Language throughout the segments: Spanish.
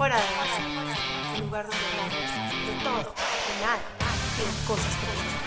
Fuera de Base, un lugar donde hablamos de todo, de nada y de cosas profundas.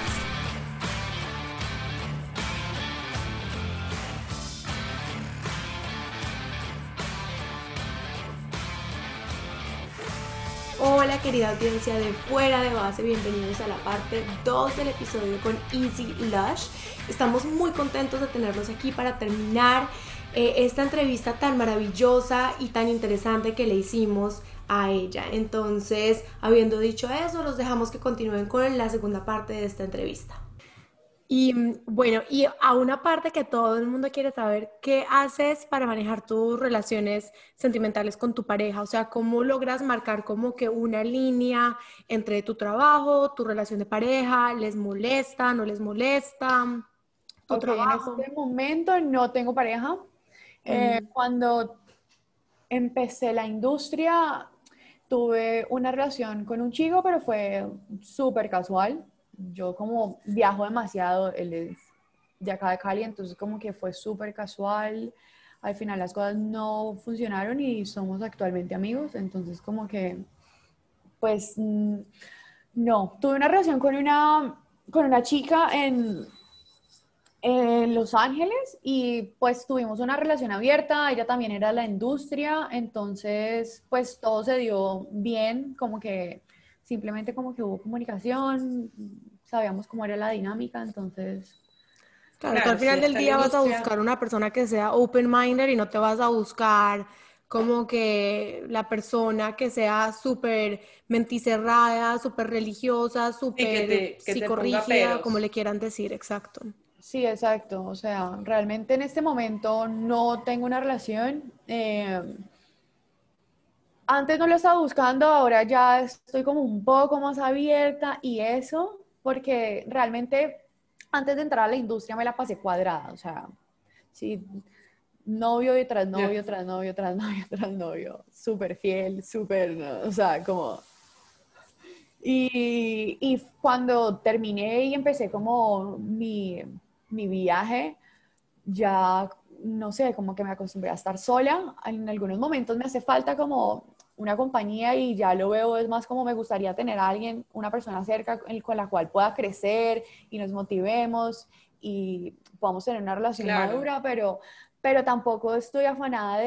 Hola querida audiencia de Fuera de Base, bienvenidos a la parte 2 del episodio con Easy Lush. Estamos muy contentos de tenerlos aquí para terminar esta entrevista tan maravillosa y tan interesante que le hicimos a ella. Entonces, habiendo dicho eso, los dejamos que continúen con la segunda parte de esta entrevista. Y bueno, y a una parte que todo el mundo quiere saber, ¿qué haces para manejar tus relaciones sentimentales con tu pareja? O sea, ¿cómo logras marcar como que una línea entre tu trabajo, tu relación de pareja? ¿Les molesta, no les molesta tu Ok, en trabajo? este momento no tengo pareja. Cuando empecé la industria, tuve una relación con un chico, pero fue súper casual. Yo como viajo demasiado, él es de acá de Cali, entonces como que fue súper casual. Al final las cosas no funcionaron y somos actualmente amigos, entonces como que, pues, no. Tuve una relación con una chica en Los Ángeles y pues tuvimos una relación abierta, ella también era de la industria, entonces pues todo se dio bien, como que simplemente como que hubo comunicación, sabíamos cómo era la dinámica, entonces... Claro, tú al Claro, si final del está en la día vas a industria, buscar una persona que sea open-minded y no te vas a buscar como que la persona que sea súper menticerrada, súper religiosa, sí, súper que te ponga psicorrígida, como le peros. quieran decir, exacto. Sí, exacto, o sea, realmente en este momento no tengo una relación. Antes no lo estaba buscando, ahora ya estoy como un poco más abierta y eso, porque realmente antes de entrar a la industria me la pasé cuadrada, o sea, sí, novio y tras Ya. novio, tras novio, tras novio, tras novio, súper fiel, súper, ¿no? O sea, como... Y cuando terminé y empecé como mi viaje, ya, no sé, como que me acostumbré a estar sola. En algunos momentos me hace falta como una compañía y ya lo veo, es más como me gustaría tener a alguien, una persona cerca con la cual pueda crecer y nos motivemos y podamos tener una relación Claro, madura, pero tampoco estoy afanada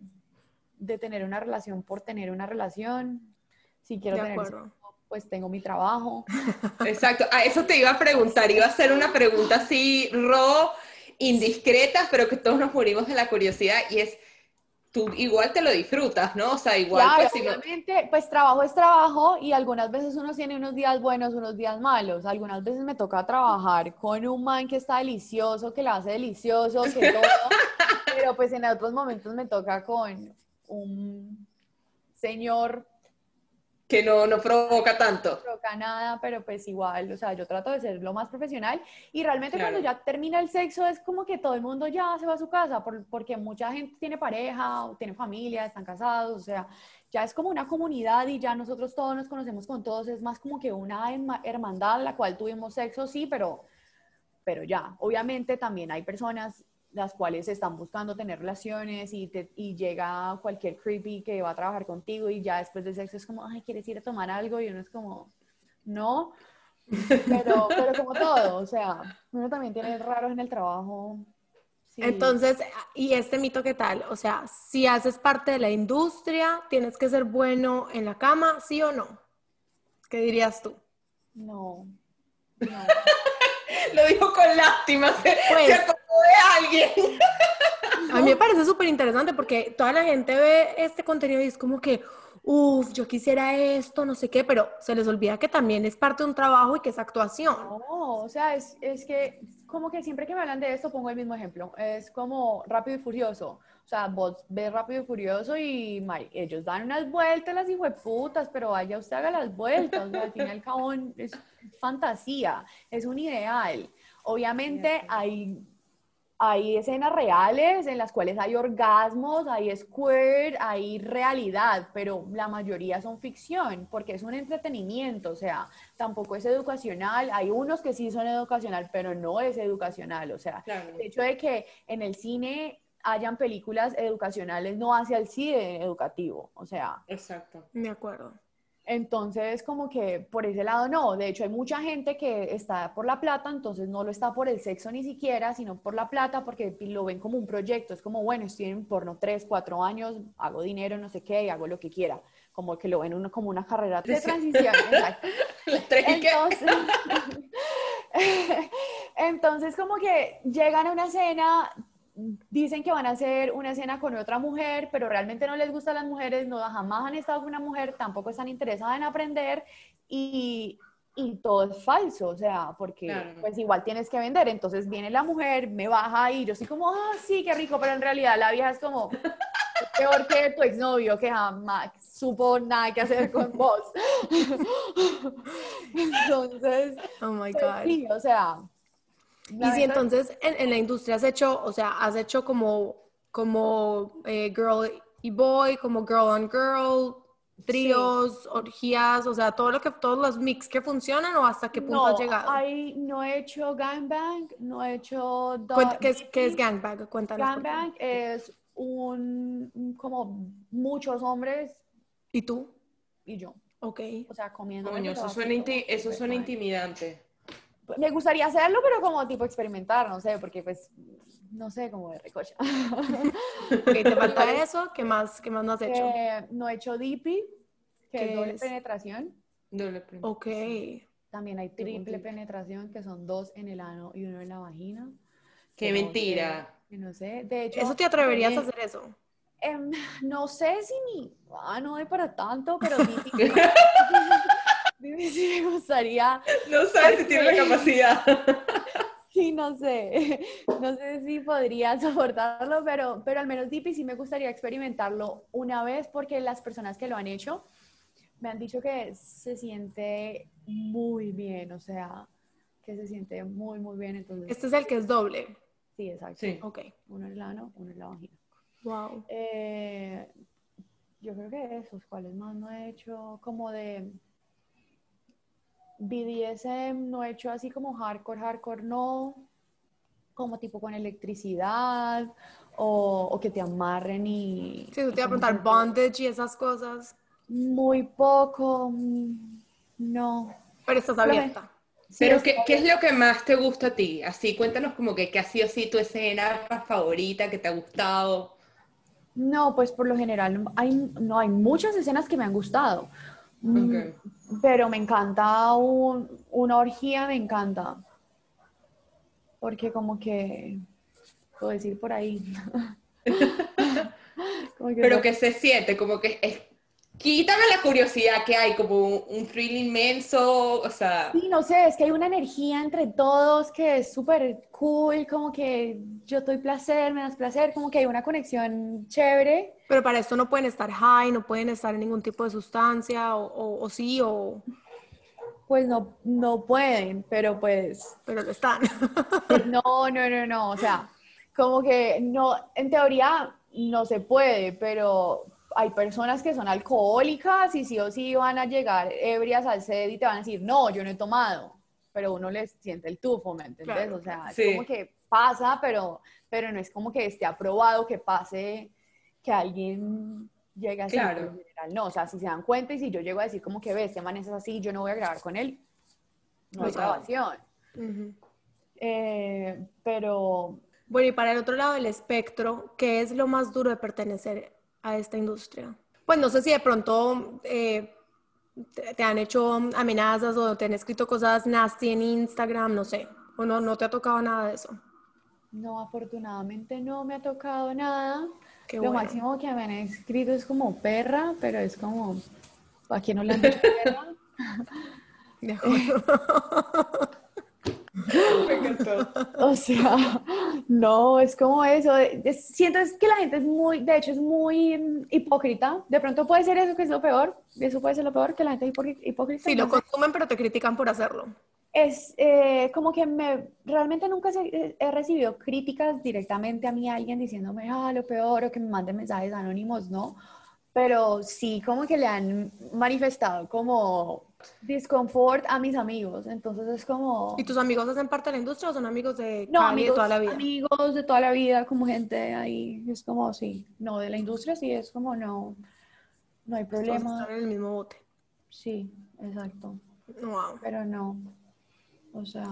de tener una relación por tener una relación. Si quiero De tener acuerdo. sexo, pues tengo mi trabajo. exacto. A eso te iba a preguntar, iba a hacer una pregunta así, indiscreta, pero que todos nos morimos de la curiosidad, y es, tú igual te lo disfrutas, ¿no? O sea, igual Claro, pues si no, obviamente, pues trabajo es trabajo y algunas veces uno tiene unos días buenos, unos días malos. Algunas veces me toca trabajar con un man que está delicioso, que lo hace delicioso, que todo, pero pues en otros momentos me toca con un señor que no provoca tanto. provoca nada, pero pues igual, o sea, yo trato de ser lo más profesional y realmente cuando Claro, ya termina el sexo es como que todo el mundo ya se va a su casa, porque mucha gente tiene pareja, o tiene familia, están casados, o sea, ya es como una comunidad y ya nosotros todos nos conocemos con todos, es más como que una hermandad la cual tuvimos sexo, sí, pero ya, obviamente también hay personas las cuales están buscando tener relaciones y llega cualquier creepy que va a trabajar contigo y ya después del sexo es como, ay, ¿quieres ir a tomar algo? Y uno es como, no, pero como todo, o sea, uno también tiene raros en el trabajo, sí. Entonces, ¿y este mito qué tal? O sea, si haces parte de la industria, tienes que ser bueno en la cama, ¿sí o no? ¿Qué dirías tú? No, no. lo dijo con lástima, se Pues acordó de alguien. a mí me parece súper interesante porque toda la gente ve este contenido y es como que, uff, yo quisiera esto, no sé qué, pero se les olvida que también es parte de un trabajo y que es actuación. No, o sea, es que como que siempre que me hablan de esto pongo el mismo ejemplo. Es como Rápido y Furioso. O sea, vos ves Rápido y Furioso y ellos dan unas vueltas las hijueputas, pero vaya usted haga las vueltas. O sea, al fin y al cabo es fantasía, es un ideal. Obviamente hay escenas reales en las cuales hay orgasmos, hay squirt, hay realidad, pero la mayoría son ficción, porque es un entretenimiento, o sea, tampoco es educacional. Hay unos que sí son educacional, pero no es educacional, o sea, Claro, el hecho de que en el cine hayan películas educacionales, no hacia el cine educativo, o sea. Exacto. De acuerdo. Entonces, como que por ese lado no. De hecho, hay mucha gente que está por la plata, entonces no lo está por el sexo ni siquiera, sino por la plata, porque lo ven como un proyecto. Es como, bueno, estoy en porno 3, 4 años, hago dinero, no sé qué, y hago lo que quiera. Como que lo ven uno como una carrera de transición. Exacto. Entonces, entonces, como que llegan a una cena, dicen que van a hacer una cena con otra mujer, pero realmente no les gustan las mujeres, no jamás han estado con una mujer, tampoco están interesadas en aprender y todo es falso, o sea, porque Claro. pues igual tienes que vender, entonces viene la mujer, me baja y yo soy como, ah, sí, qué rico, pero en realidad la vieja es como peor que tu exnovio, que jamás supo nada que hacer con vos. Entonces, Oh my pues God. sí, o sea... Y si entonces en la industria has hecho como girl y boy, como girl on girl, tríos, orgías, o sea, todos los mix que funcionan, o hasta qué punto has No, llegado. no he hecho gangbang, no he hecho ¿Qué es gangbang? Cuéntanos por favor. gangbang es como muchos hombres ¿Y tú? y yo, Ok. o sea, comiéndome, Coño, pero eso así suena, como eso super suena nice. intimidante. Me gustaría hacerlo, pero como tipo experimentar, no sé, porque pues, no sé, como de recocha. Ok, te falta eso. Qué más no has hecho? No he hecho DP, que es ¿Qué doble es? penetración. Doble premio. Ok. También hay triple DP. penetración, que son 2 en el ano y 1 en la vagina. Qué mentira. Que no sé. De ¿Eso hecho, te atreverías a Oye. hacer eso? no sé si no hay para tanto, pero DP sí me gustaría. No sabes si tiene la Porque capacidad. sí, no sé. No sé si podría soportarlo, pero al menos DP sí me gustaría experimentarlo una vez, porque las personas que lo han hecho me han dicho que se siente muy bien, o sea, que se siente muy, muy bien. Entonces, Este es el que es doble. sí, exacto. Sí. Ok. Uno en el ano, uno en la vagina. Wow. Yo creo que esos, ¿cuáles más no he hecho? Como de BDSM, no he hecho así como hardcore, hardcore no, como tipo con electricidad o que te amarren Sí, tú y te iba a como preguntar que te... bondage y esas cosas, Muy poco, no. pero estás Por lo men- abierta. Sí, Pero, estoy ¿qué es lo abierta. que más te gusta a ti? Así, cuéntanos como que qué ha sido así tu escena favorita, que te ha gustado. No, pues por lo general no hay muchas escenas que me han gustado. Mm, Ok. pero me encanta una orgía, me encanta. Porque como que, puedo decir por ahí, como que Pero que se siente, como que es... Quítame la curiosidad que hay, como un thrill inmenso, o sea... sí, no sé, es que hay una energía entre todos que es súper cool, como que yo doy placer, me das placer, como que hay una conexión chévere. Pero para esto no pueden estar high, no pueden estar en ningún tipo de sustancia, o sí, Pues no, no pueden, pero pues pero lo están. no, no, no, no, o sea, como que no, en teoría no se puede, pero hay personas que son alcohólicas y sí o sí van a llegar ebrias al set y te van a decir, no, yo no he tomado, pero uno les siente el tufo, ¿me entendés? Claro, O claro. sea, es como Sí, que pasa, pero no es como que esté aprobado que pase, que alguien llegue así, por lo claro, general, no, o sea, si se dan cuenta y si yo llego a decir como que ves, este man es así, yo no voy a grabar con él, no hay total. grabación. Ujú. Pero Bueno, y para el otro lado del espectro, ¿qué es lo más duro de pertenecer a esta industria? Pues no sé si de pronto te han hecho amenazas o te han escrito cosas nasty en Instagram, no sé, o no te ha tocado nada de eso. no, afortunadamente no me ha tocado nada. Qué Lo bueno. máximo que me han escrito es como perra, pero es como, ¿a quién no le han dicho perra? De acuerdo. Me encantó. O sea, no, es como eso. Siento es que la gente es muy, de hecho, es muy hipócrita. De pronto puede ser eso que es lo peor. Eso puede ser lo peor, que la gente es hipócrita, Sí, lo no sé. consumen, pero te critican por hacerlo. Es como que realmente nunca he recibido críticas directamente a mí, alguien diciéndome, ah, lo peor, o que me manden mensajes anónimos, no. Pero sí como que le han manifestado como disconfort a mis amigos. Entonces es como, ¿Y tus amigos hacen parte de la industria o son amigos de no, Cali de toda la vida? amigos de toda la vida, como gente ahí, es como, sí, no, de la industria sí, es como, no, no hay Todos problema, están en el mismo bote. sí, exacto, Wow. pero no, o sea,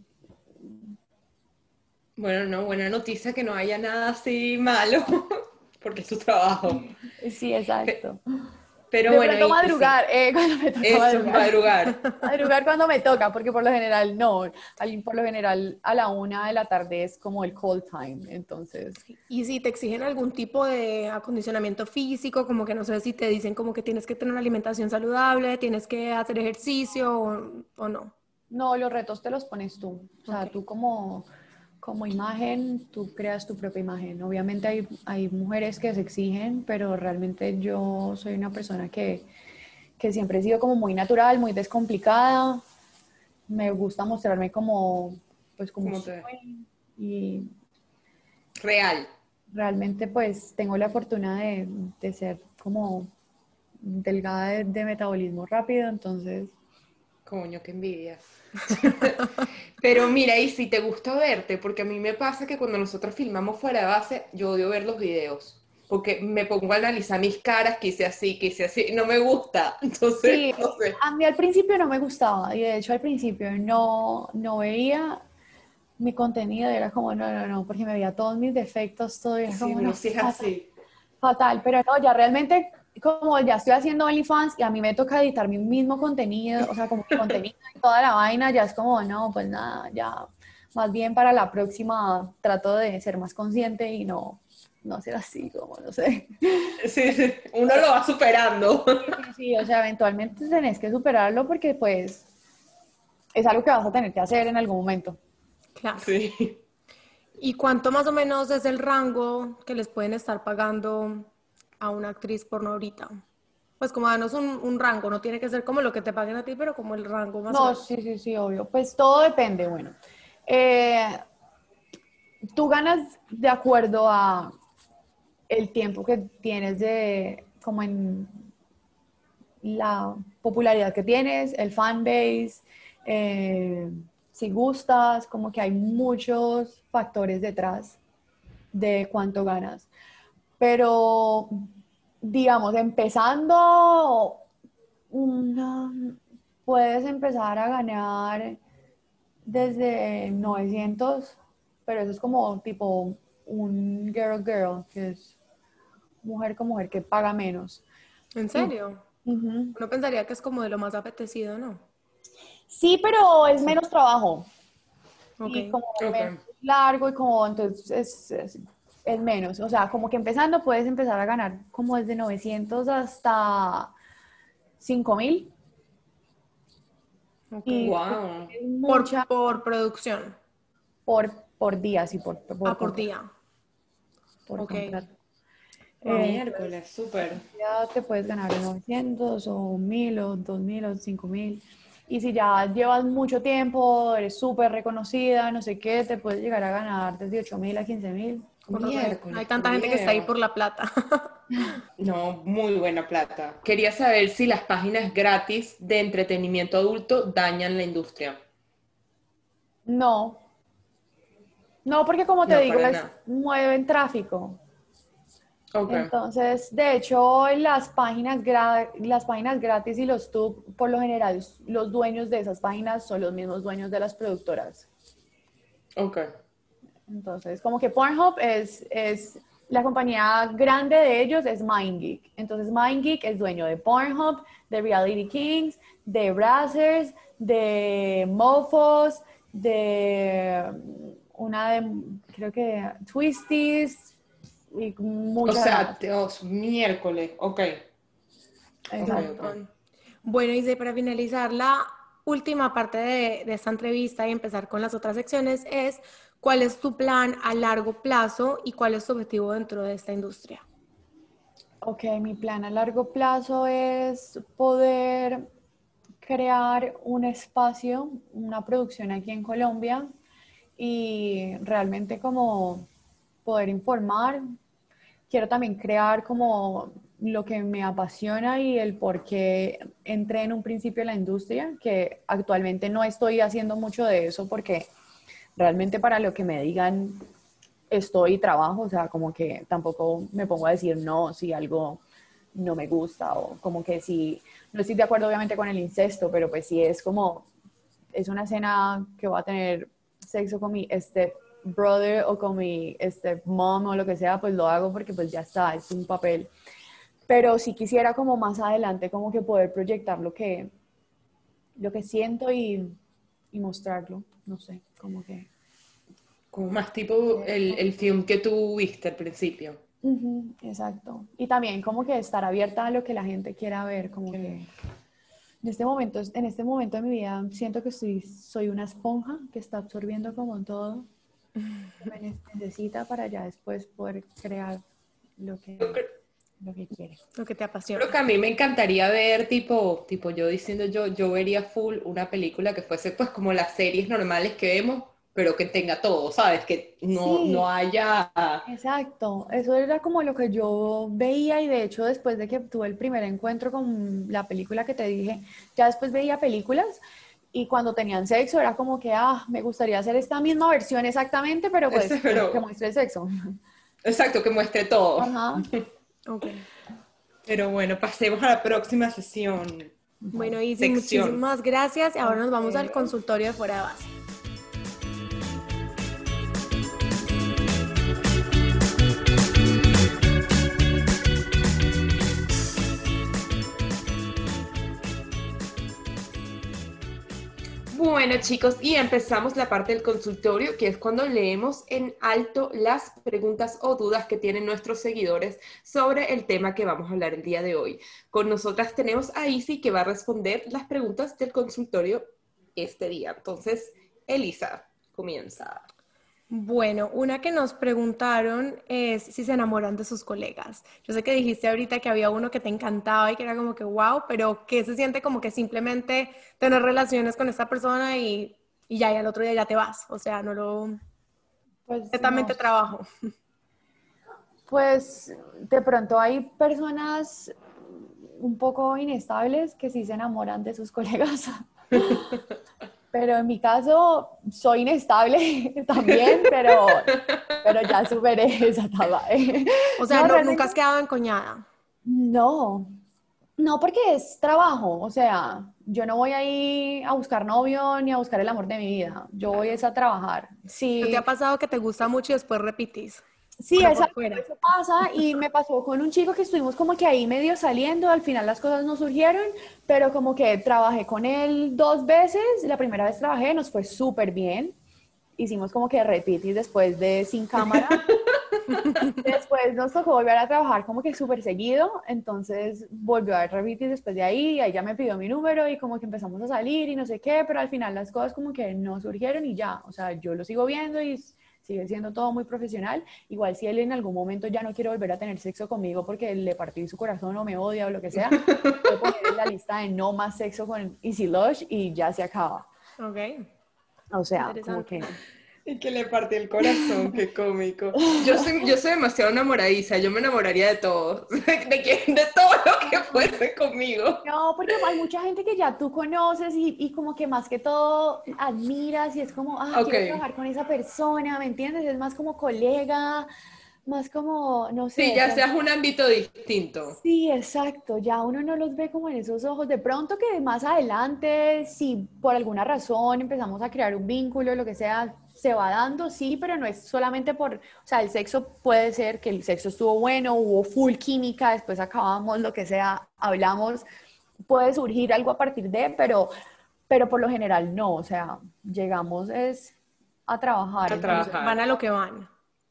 Bueno, no, buena noticia que no haya nada así malo, porque es tu trabajo. sí, Pe- exacto. Pero De bueno, pronto sí, madrugar, cuando me toca eso es madrugar. madrugar. Madrugar cuando me toca, porque por lo general no, por lo general a la 1 de la tarde es como el call time, entonces. Y si te exigen algún tipo de acondicionamiento físico, como que no sé si te dicen como que tienes que tener una alimentación saludable, tienes que hacer ejercicio o no. No, los retos te los pones tú. O sea, Ok. tú como imagen, tú creas tu propia imagen. Obviamente hay mujeres que se exigen, pero realmente yo soy una persona que siempre he sido como muy natural, muy descomplicada. Me gusta mostrarme como, pues como ¿Cómo te soy. Y Real. realmente pues tengo la fortuna de ser como delgada de metabolismo rápido, entonces Coño, qué envidia. Pero mira, y si te gusta verte, porque a mí me pasa que cuando nosotros filmamos fuera de base, yo odio ver los videos, porque me pongo a analizar mis caras, que hice así, no me gusta. Entonces, sí, no sé. a mí al principio no me gustaba y de hecho al principio no veía mi contenido y era como, no, porque me veía todos mis defectos, todo y era Sí, como, uno no, sí es fatal, así. fatal, pero no, ya realmente como ya estoy haciendo OnlyFans y a mí me toca editar mi mismo contenido, o sea, como mi contenido y toda la vaina, ya es como, no, pues nada, ya más bien para la próxima trato de ser más consciente y no ser así, como no sé. Sí, sí, uno lo va superando. Sí, o sea, eventualmente tenés que superarlo porque pues es algo que vas a tener que hacer en algún momento. Claro. Sí. ¿Y cuánto más o menos es el rango que les pueden estar pagando a una actriz porno ahorita? Pues como danos un rango, no tiene que ser como lo que te paguen a ti, pero como el rango más o No, menos. sí, obvio. Pues todo depende, bueno. Eh, Tú ganas de acuerdo a el tiempo que tienes como en la popularidad que tienes, el fan base, si gustas, como que hay muchos factores detrás de cuánto ganas. Pero, digamos, empezando, una- puedes empezar a ganar desde 900, pero eso es como tipo un girl, que es mujer con mujer que paga menos. ¿En Y, serio? ujú. Uno pensaría que es como de lo más apetecido, ¿no? Sí, pero es Sí. menos trabajo Ok. y como Ok. menos largo y como entonces es menos. O sea, como que empezando puedes empezar a ganar como desde 900 hasta 5000 Ok. y Wow. es mucha Por producción. por día, sí, por Por contrato. día. Por Ok. contrato. Wow. Entonces, Miércoles, súper. ya te puedes ganar 900 o 1000 o 2000 o 5000. Y si ya llevas mucho tiempo, eres súper reconocida, no sé qué, te puedes llegar a ganar desde 8000 a 15000. Con razón hay Miércoles, qué tanta gente que está ahí video. por la plata. No, muy buena plata. Quería saber si las páginas gratis de entretenimiento adulto dañan la industria. No, no, porque como te No, digo, para nada. mueven tráfico. Ok, Entonces, de hecho, las páginas gratis y los tubs, por lo general, los dueños de esas páginas son los mismos dueños de las productoras. ok, Entonces, como que Pornhub es la compañía grande de ellos es MindGeek. Entonces, MindGeek es dueño de Pornhub, de Reality Kings, de Brazzers, de Mofos, de una de, creo que Twisties y o muchas sea, más. Dios, miércoles, ok, ok, Exacto. ok. Montón. Bueno, Ise, para finalizar la última parte de esta entrevista y empezar con las otras secciones es, ¿cuál es tu plan a largo plazo y cuál es tu objetivo dentro de esta industria? Ok, mi plan a largo plazo es poder crear un espacio, una producción aquí en Colombia y realmente como poder informar. Quiero también crear como lo que me apasiona y el por qué entré en un principio en la industria, que actualmente no estoy haciendo mucho de eso porque realmente para lo que me digan estoy y trabajo, o sea, como que tampoco me pongo a decir no si algo no me gusta o como que si no estoy de acuerdo obviamente con el incesto, pero pues si es como, es una escena que voy a tener sexo con mi brother o con mi mom o lo que sea, pues lo hago porque pues ya está, es un papel. Pero sí quisiera como más adelante como que poder proyectar lo que siento y mostrarlo, no sé, como que... Como más tipo el film que tú viste al principio. Ujú, exacto. Y también como que estar abierta a lo que la gente quiera ver, como que en este momento de mi vida siento que soy una esponja que está absorbiendo como todo que me necesita para ya después poder crear lo que, Yo creo, lo que quiere. Lo que te creo apasiona. que a mí me encantaría ver, tipo yo diciendo yo vería full una película que fuese pues como las series normales que vemos, pero que tenga todo, ¿sabes? Que no Sí, haya... exacto. Eso era como lo que yo veía y de hecho después de que tuve el primer encuentro con la película que te dije, ya después veía películas y cuando tenían sexo era como que, me gustaría hacer esta misma versión exactamente, pero Ese, pues que pero, muestre el sexo. exacto, que muestre todo. Ajá. Ok. Pero bueno, pasemos a la próxima sesión, Bueno, Izzy, sección. muchísimas gracias. Y ahora nos vamos al Ok. consultorio de fuera de base. Bueno, chicos, y empezamos la parte del consultorio, que es cuando leemos en alto las preguntas o dudas que tienen nuestros seguidores sobre el tema que vamos a hablar el día de hoy. Con nosotras tenemos a Izzy, que va a responder las preguntas del consultorio este día. Entonces, Elisa, comienza. Bueno, una que nos preguntaron es si se enamoran de sus colegas. Yo sé que dijiste ahorita que había uno que te encantaba y que era como que wow, pero ¿qué se siente como que simplemente tener relaciones con esta persona y ya, y al otro día ya te vas? O sea, no lo... Pues no, Netamente trabajo. pues de pronto hay personas un poco inestables que sí se enamoran de sus colegas. Pero en mi caso soy inestable también, pero ya superé esa etapa. O sea, No, no, nunca realmente has quedado encoñada. no. No, porque es trabajo. O sea, yo no voy ahí a buscar novio ni a buscar el amor de mi vida. Yo voy es a trabajar. ¿No te ha Sí. pasado que te gusta mucho y después repitís? Sí, Pero por exacto, fuera. eso pasa y me pasó con un chico que estuvimos como que ahí medio saliendo, al final las cosas no surgieron, pero como que trabajé con él 2 veces, la primera vez trabajé, nos fue súper bien, hicimos como que repetir después de sin cámara, después nos tocó volver a trabajar como que súper seguido, entonces volvió a haber repetir después de ahí, ahí ya me pidió mi número y como que empezamos a salir y no sé qué, pero al final las cosas como que no surgieron y ya, o sea, yo lo sigo viendo y sigue siendo todo muy profesional. Igual si él en algún momento ya no quiere volver a tener sexo conmigo porque le partí su corazón o me odia o lo que sea, puedo poner en la lista de no más sexo con Easy Lush y ya se acaba. Ok, O sea, como interesante. que... Y que le partió el corazón, qué cómico. Yo soy demasiado enamoradiza, yo me enamoraría de todo, de todo lo que fuese conmigo. No, porque hay mucha gente que ya tú conoces y como que más que todo admiras y es como, Ok, quiero trabajar con esa persona, ¿me entiendes? Es más como colega, más como, no sé, sí, de ya pronto. seas un ámbito distinto. Sí, exacto, ya uno no los ve como en esos ojos. De pronto que más adelante, si por alguna razón empezamos a crear un vínculo, lo que sea, se va dando, sí, pero no es solamente o sea, el sexo puede ser que el sexo estuvo bueno, hubo full química, después acabamos, lo que sea, hablamos, puede surgir algo a partir de, pero por lo general no, o sea, llegamos es a trabajar, A entonces Van trabajar. a lo que van.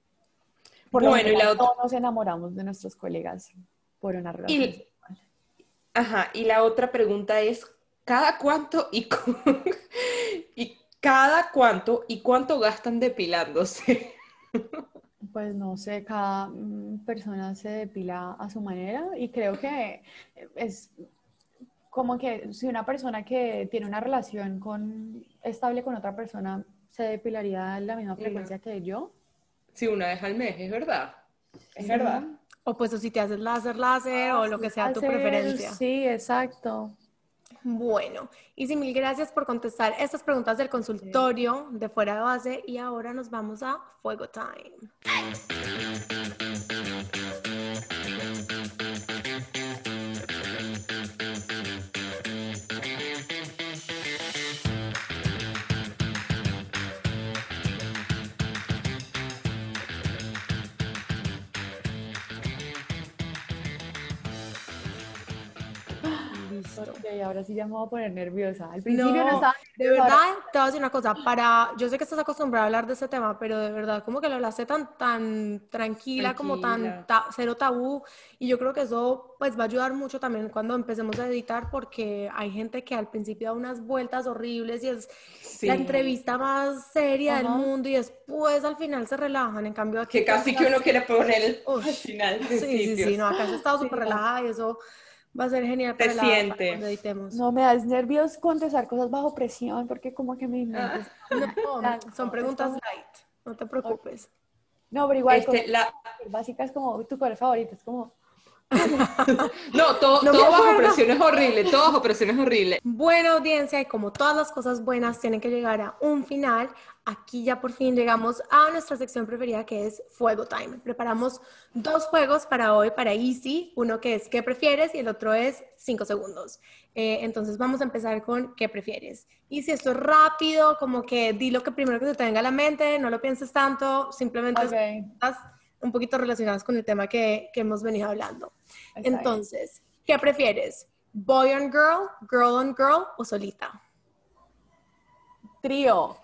por lo Bueno, y general la otra, todos nos enamoramos de nuestros colegas por una relación y, sexual. ajá, y la otra pregunta es, ¿cada cuánto y cada cuánto y cuánto gastan depilándose? Pues no sé, cada persona se depila a su manera y creo que es como que si una persona que tiene una relación estable con otra persona se depilaría a la misma Una, frecuencia que yo. sí, una vez al mes, es verdad. Es Sí, verdad. O pues o si te haces láser o lo que sea tu preferencia. Sí, exacto. Bueno, Izzy, mil gracias por contestar estas preguntas del consultorio de Fuera de Base y ahora nos vamos a Fuego Time. Ok, ahora sí ya me voy a poner nerviosa. Al principio no estaba de nerviosa, verdad, te voy a decir una cosa, yo sé que estás acostumbrada a hablar de este tema, pero de verdad, como que lo hablaste tan tranquila, como cero tabú, y yo creo que eso pues va a ayudar mucho también cuando empecemos a editar, porque hay gente que al principio da unas vueltas horribles y es la entrevista más seria del mundo, y después al final se relajan, en cambio aquí... Que casi que uno quiere poner al final. Sí, no, acá has estado súper relajada y eso... Va a ser genial para cuando editemos. No, me das nervios contestar cosas bajo presión porque como que mi mente... No, son preguntas light, no te preocupes. No, pero igual, básicas como tu color favorito, es como... No, todo bajo presión es horrible, todo bajo presión es horrible. Buena audiencia, y como todas las cosas buenas tienen que llegar a un final, aquí ya por fin llegamos a nuestra sección preferida, que es Fuego Time. Preparamos 2 juegos para hoy, para Izzy, uno que es ¿qué prefieres? Y el otro es 5 segundos. Entonces vamos a empezar con ¿qué prefieres? Izzy, esto es rápido, como que di lo que primero que te venga a la mente, no lo pienses tanto, simplemente estás un poquito relacionadas con el tema que hemos venido hablando. Entonces, ¿qué prefieres? ¿Boy on girl, girl on girl o solita? Trío.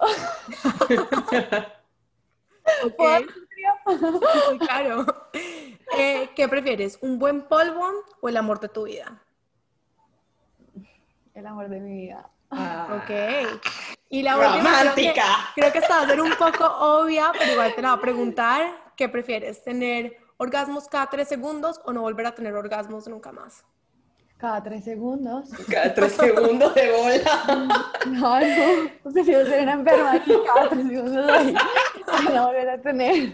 Okay. Muy claro. ¿Qué prefieres? ¿Un buen polvo o el amor de tu vida? El amor de mi vida. Ok. Y la última, creo que esta va a ser un poco obvia, pero igual te la voy a preguntar. ¿Qué prefieres? ¿Tener orgasmos cada 3 segundos o no volver a tener orgasmos nunca más? Cada 3 segundos. Cada 3 segundos de bola. No, prefiero ser una enferma y cada 3 segundos ahí. No volver a tener.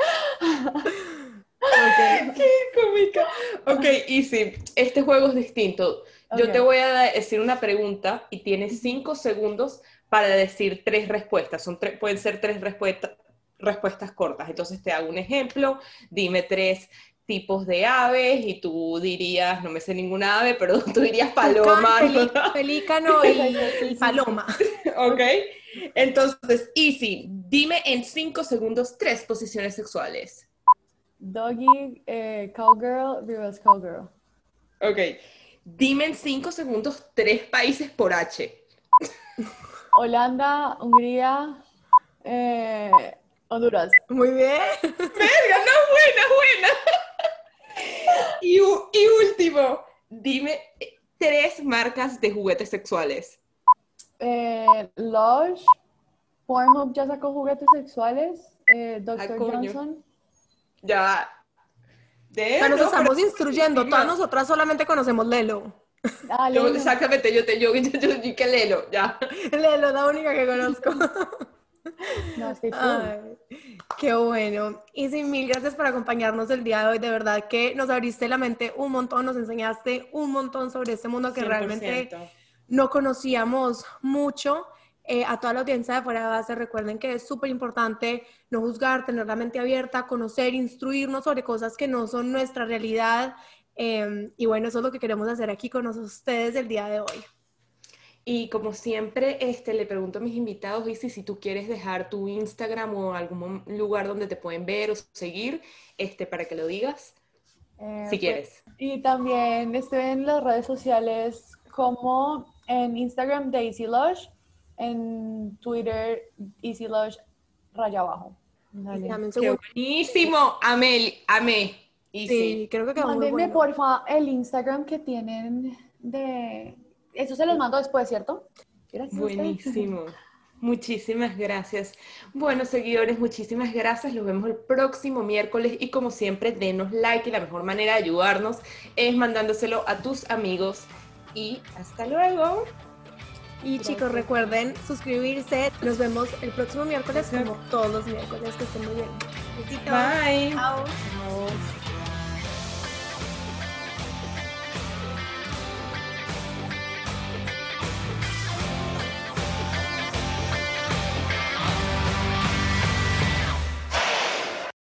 Okay. Qué cómica. Ok, Izzy, este juego es distinto. Yo te voy a decir una pregunta y tienes 5 segundos para decir 3 respuestas. Pueden ser 3 respuestas cortas. Entonces te hago un ejemplo, dime 3 tipos de aves y tú dirías, no me sé ninguna ave, pero tú dirías paloma. Pelícano y paloma. Ok, entonces, Izzy, dime en 5 segundos 3 posiciones sexuales. Doggy, cowgirl, reverse cowgirl. Ok, dime en 5 segundos 3 países por H. Holanda, Hungría, Honduras. Muy bien. Verga, no, buena. Y último, dime 3 marcas de juguetes sexuales. Lush, Pornhub ya sacó juguetes sexuales, Dr. Johnson. Ya. O sea, nos estamos instruyendo, todas nosotras solamente conocemos Lelo. Exactamente, yo que Lelo, ya. Lelo es la única que conozco. No, estoy full. Ay, qué bueno. Izzy, mil gracias por acompañarnos el día de hoy. De verdad que nos abriste la mente un montón, nos enseñaste un montón sobre este mundo que 100%. Realmente no conocíamos mucho. A toda la audiencia de Fuera de Base, recuerden que es súper importante no juzgar, tener la mente abierta, conocer, instruirnos sobre cosas que no son nuestra realidad. Y bueno, eso es lo que queremos hacer aquí con ustedes el día de hoy. Y como siempre, le pregunto a mis invitados, Izzy, si tú quieres dejar tu Instagram o algún lugar donde te pueden ver o seguir, para que lo digas, si quieres. Y también estoy en las redes sociales como en Instagram de Izzy Lush, en Twitter Izzy Lush _. ¡Qué buenísimo! Amé. Izzy. Sí, creo que quedó muy Mándenme bueno. porfa el Instagram que tienen de... Eso se los mando después, ¿cierto? Gracias. Buenísimo. Muchísimas gracias. Bueno, seguidores, muchísimas gracias. Los vemos el próximo miércoles y como siempre, denos like y la mejor manera de ayudarnos es mandándoselo a tus amigos. Y hasta luego. Y chicos, recuerden suscribirse. Nos vemos el próximo miércoles como todos los miércoles. Que estén muy bien. Besitos. Bye. Chao. Chao.